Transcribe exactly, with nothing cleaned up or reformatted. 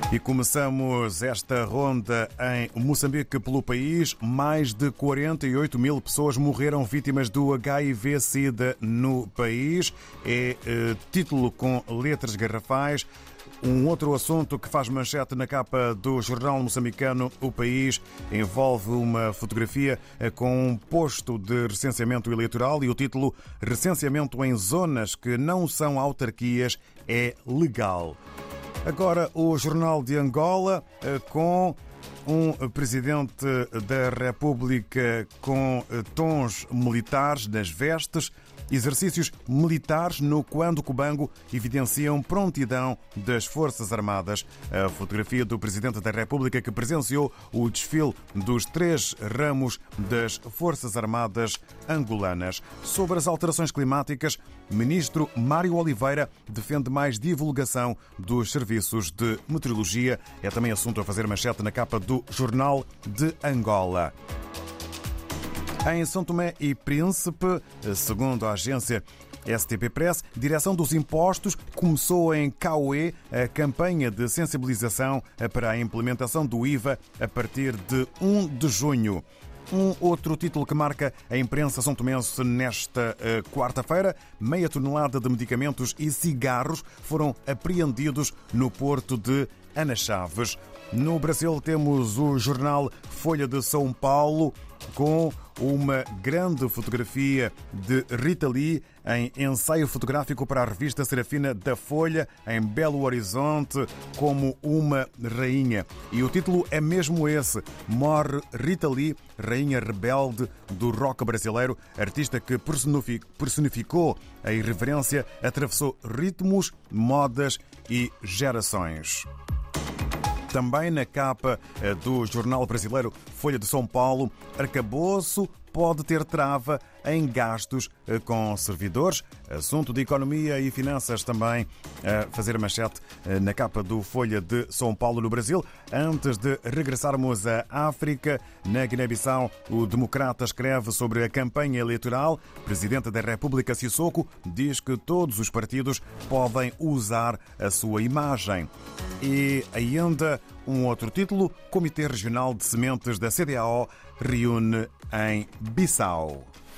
E começamos esta ronda em Moçambique pelo país. Mais de quarenta e oito mil pessoas morreram vítimas do H I V-Sida no país. É eh, título com letras garrafais. Um outro assunto que faz manchete na capa do jornal moçambicano O País envolve uma fotografia com um posto de recenseamento eleitoral e o título "Recenseamento em zonas que não são autarquias é legal". Agora o Jornal de Angola com um presidente da República com tons militares nas vestes. Exercícios militares no Quando Cubango evidenciam prontidão das Forças Armadas. A fotografia do Presidente da República que presenciou o desfile dos três ramos das Forças Armadas angolanas. Sobre as alterações climáticas, Ministro Mário Oliveira defende mais divulgação dos serviços de meteorologia. É também assunto a fazer manchete na capa do Jornal de Angola. Em São Tomé e Príncipe, segundo a agência S T P Press, Direção dos Impostos começou em Cauê a campanha de sensibilização para a implementação do I V A a partir de um de junho. Um outro título que marca a imprensa são-tomense nesta uh, quarta-feira: meia tonelada de medicamentos e cigarros foram apreendidos no porto de Ana Chaves. No Brasil temos o jornal Folha de São Paulo com uma grande fotografia de Rita Lee em ensaio fotográfico para a revista Serafina da Folha, em Belo Horizonte, como uma rainha. E o título é mesmo esse: Morre Rita Lee, rainha rebelde do rock brasileiro, artista que personificou a irreverência, atravessou ritmos, modas e gerações. Também na capa do jornal brasileiro Folha de São Paulo, arcabouço pode ter trava em gastos com servidores. Assunto de economia e finanças também a fazer manchete na capa do Folha de São Paulo no Brasil. Antes de regressarmos à África, na Guiné-Bissau, o Democrata escreve sobre a campanha eleitoral. Presidente da República Sissoko diz que todos os partidos podem usar a sua imagem. E ainda um outro título: Comitê Regional de Sementes da C D A O reúne em Bissau.